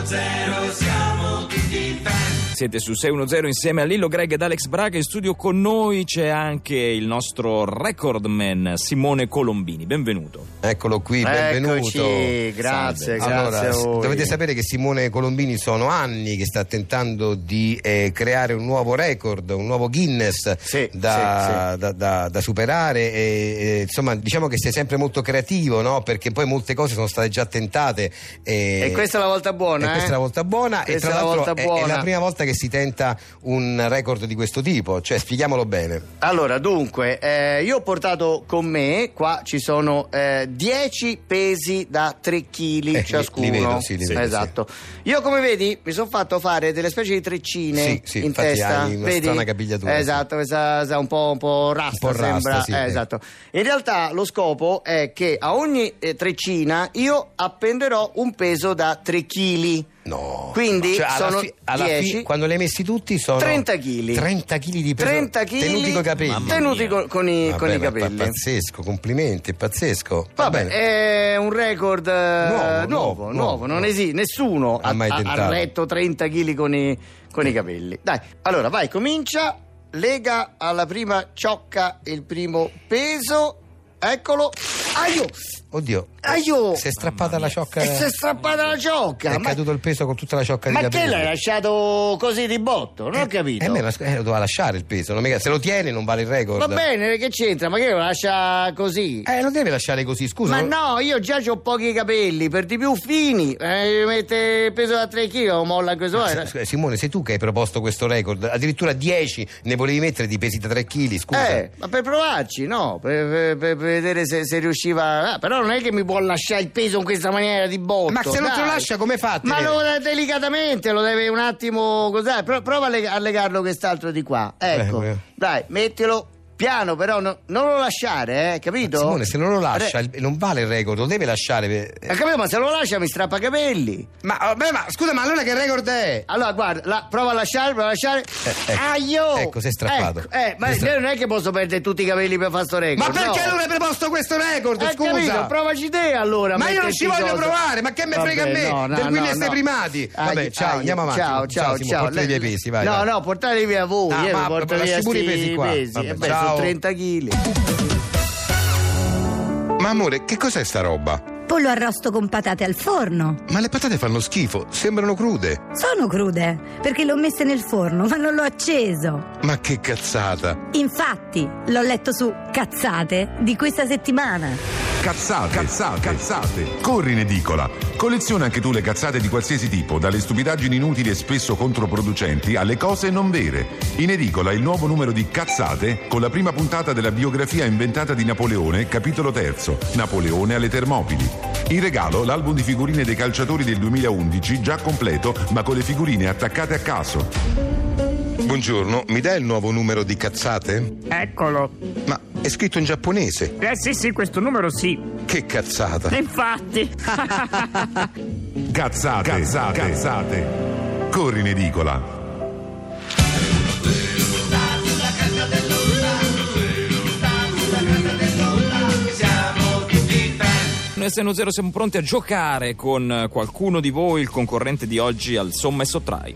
610 siamo tutti fan. Siete su 610 insieme a Lillo, Greg ed Alex Braga. In studio con noi c'è anche il nostro recordman Simone Colombini. Benvenuto. Eccolo qui, benvenuto. Eccoci, grazie, Allora, grazie a voi. dovete sapere che Simone Colombini sono anni che sta tentando di creare un nuovo record, un nuovo Guinness da superare e insomma diciamo che sei sempre molto creativo, no? Perché poi molte cose sono state già tentate e questa è la volta buona, questa è la volta buona questa e tra è la l'altro volta buona. è la prima volta che si tenta un record di questo tipo, cioè spieghiamolo bene. Allora, dunque, io ho portato con me, qua ci sono 10 pesi da 3 kg ciascuno. Li vedo, sì, li vedo, esatto. Sì. Io, come vedi, mi sono fatto fare delle specie di treccine sì, in infatti testa. hai una vedi? strana capigliatura. Esatto, questa un po' rasta, sembra. Sì, esatto. In realtà lo scopo è che a ogni treccina io appenderò un peso da 3 kg. No, quindi cioè, sono 10, quando li hai messi tutti sono 30 kg. 30 kg di peso 30 kg tenuti coi capelli. Tenuti con i capelli. Pazzesco, complimenti, è pazzesco. Vabbè, è un record nuovo. Non esiste, nessuno ha retto 30 kg con i capelli. Dai, allora vai, comincia, lega alla prima ciocca il primo peso. Eccolo. Oddio, si è strappata la ciocca. Si è strappata la ciocca. È caduto il peso con tutta la ciocca di capelli. Ma che l'hai lasciato così di botto? Non ho capito. Lo doveva lasciare il peso. Se lo tiene non vale il record. Va bene, che c'entra? Ma che lo lascia così? Lo deve lasciare così, scusa. Ma no, io già ho pochi capelli, per di più fini. Mette il peso da 3 kg, lo molla in questo modo. Simone, sei tu che hai proposto questo record. Addirittura 10 ne volevi mettere di pesi da 3 kg, scusa. Ma per provarci, no? Per vedere se riusciva. Però non è che mi può lasciare il peso in questa maniera di botto. Ma se non te lo lascia, come fate? Ma lo delicatamente, lo deve un attimo cos'è. Prova a legarlo quest'altro di qua. Ecco. Dai, mettilo. Piano, però non lo lasciare, capito? Ma Simone, se non lo lascia non vale il record, lo deve lasciare. Capito, ma se lo lascia mi strappa i capelli. Ma scusa, ma allora che record è? Allora guarda, prova a lasciare. Ecco. Ecco, si è strappato. Ma io non è che posso perdere tutti i capelli per fare sto record. Ma perché non hai proposto questo record? Scusa. Capito, provaci te allora. Ma io non ci voglio provare, ma che me frega a me del Guinness dei primati? Vabbè, ciao, andiamo avanti. Ciao. Portali via i pesi, vai. No, portali via voi. Ma porto via pure i pesi qua. Sono 30 kg. Ma amore, che cos'è sta roba? Pollo arrosto con patate al forno. Ma le patate fanno schifo, sembrano crude. Sono crude, perché l'ho messe nel forno, ma non l'ho acceso. Ma che cazzata. Infatti, l'ho letto su Cazzate di questa settimana. Cazzate. Corri in edicola. Colleziona anche tu le cazzate di qualsiasi tipo, dalle stupidaggini inutili e spesso controproducenti alle cose non vere. In edicola il nuovo numero di Cazzate con la prima puntata della biografia inventata di Napoleone, capitolo 3, Napoleone alle Termopili. In regalo l'album di figurine dei calciatori del 2011, già completo, ma con le figurine attaccate a caso. Buongiorno, mi dai il nuovo numero di Cazzate? Eccolo. Ma è scritto in giapponese. Sì, questo numero sì. Che cazzata. Infatti. Cazzate. Corri in edicola. Noi a 610 siamo pronti a giocare con qualcuno di voi, il concorrente di oggi al Somma e Sottrai.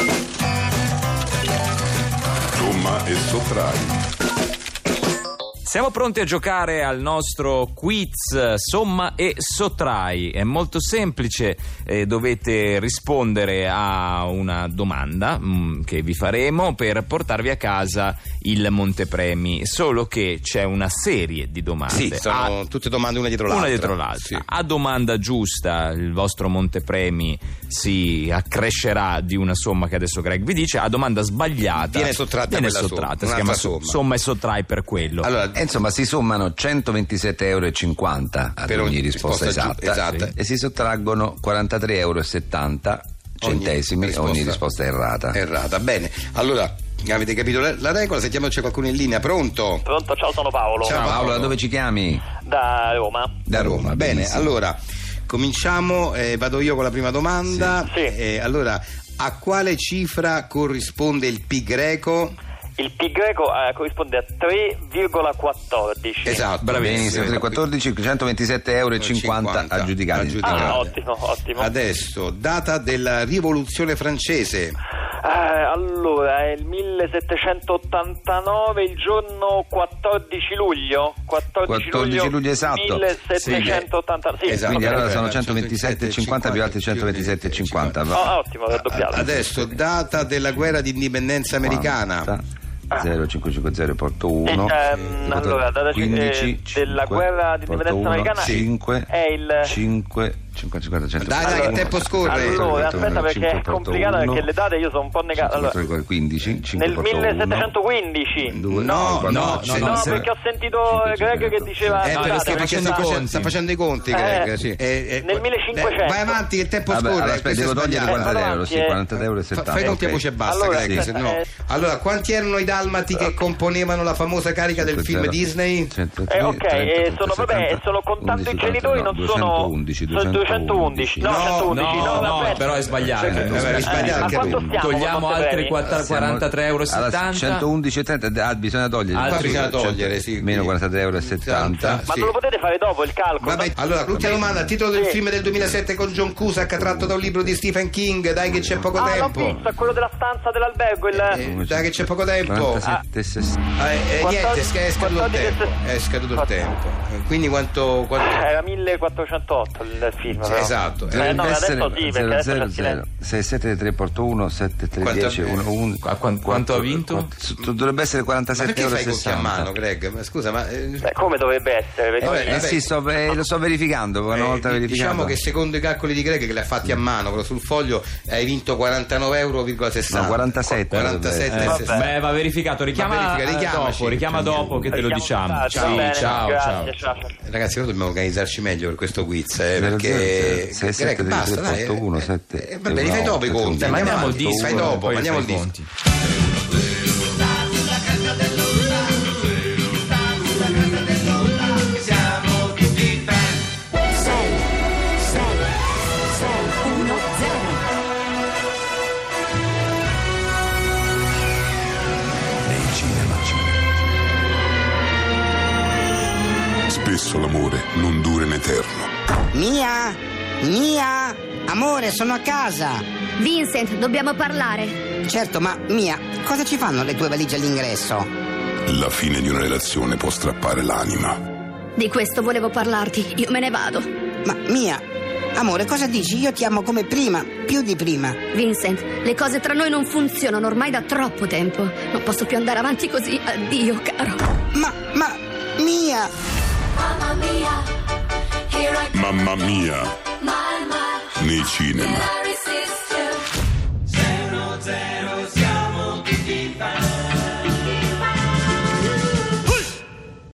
Somma e Sottrai. Siamo pronti a giocare al nostro quiz Somma e Sottrai. È molto semplice, dovete rispondere a una domanda che vi faremo per portarvi a casa il montepremi, solo che c'è una serie di domande. Sì, sono tutte domande una dietro l'altra. Sì. A domanda giusta il vostro montepremi si accrescerà di una somma che adesso Greg vi dice, a domanda sbagliata viene sottratta quella somma. Si chiama somma e sottrai per quello. Allora, insomma, si sommano 127,50 euro per ogni risposta esatta. E si sottraggono 43,70 euro ogni risposta errata. Bene, allora avete capito la regola? Sentiamo se c'è qualcuno in linea. Pronto? Pronto, ciao, sono Paolo. Ciao Paolo, da dove ci chiami? Da Roma. Da Roma, bene. Benissimo. Allora cominciamo, vado io con la prima domanda. Sì. Allora, a quale cifra corrisponde il pi greco? Il pi greco corrisponde a 3,14. Esatto, bravissimo. 3,14, 127,50 euro aggiudicati. Ottimo. Adesso, data della rivoluzione francese. Allora, è il 1789, il giorno 14 luglio. 14 luglio esatto. 1789. Sì, esatto. Quindi allora sono 127,50 più altri 127,50. Ottimo, raddoppiato. Adesso, data della guerra di indipendenza americana. 0550 porto 1. Allora, data 15 della guerra di indipendenza americana 5 è il 50 100. Dai, che tempo scorre? Allora, aspetta, perché è complicata, perché le date io sono un po' negato. Allora, 15 nel 1715. No, perché ho sentito Greg che diceva sta facendo i conti, Greg, sì. Nel 1500. Vai avanti, che tempo scorre? Aspetta, devo togliere 40 euro, sì, 40 euro e 70. Fai conti a voce bassa, Greg, se no. Allora, quanti erano i dalmati che componevano la famosa carica del film Disney? Sono contando i genitori, non sono 211. No, però è sbagliato. Togliamo altri 43,70 euro. 111,30, bisogna togliere. Sì. Meno 43,70 euro. Ma non lo potete fare dopo il calcolo? Vabbè, allora, l'ultima domanda, titolo del film del 2007 con John Cusack, tratto da un libro di Stephen King. Dai che c'è poco tempo. L'ho visto, è quello della stanza dell'albergo. Dai che c'è poco tempo. 47,60. Niente, è scaduto il tempo. Quindi quanto? Era 1408 il film. Esatto. Adesso sì, perché adesso 673 porto 1 7310 1. Quanto ha vinto? Dovrebbe essere 47,60 euro. Ma perché fai a mano, Greg? Ma scusa, ma come dovrebbe essere? Sì, lo sto verificando. Una volta verificato. Diciamo che secondo i calcoli di Greg, che li ha fatti a mano, però sul foglio hai vinto 49,60 euro. No, 47. Beh, va verificato. Richiama dopo che te lo diciamo. Ciao. Ragazzi, noi dobbiamo organizzarci meglio per questo quiz, perché Greg, basta, dai. Vabbè, li fai dopo i conti. Mandiamo il disco. Fai dopo, mandiamo il disco. Siamo tutti fan. 6, 1, 0. Spesso l'amore non dura in eterno. Mia, amore, sono a casa. Vincent, dobbiamo parlare. Certo, ma Mia, cosa ci fanno le tue valigie all'ingresso? La fine di una relazione può strappare l'anima. Di questo volevo parlarti, io me ne vado. Ma Mia, amore, cosa dici? Io ti amo come prima, più di prima. Vincent, le cose tra noi non funzionano ormai da troppo tempo. Non posso più andare avanti così. Addio, caro. Ma, Mia! Mamma mia, nei cinema.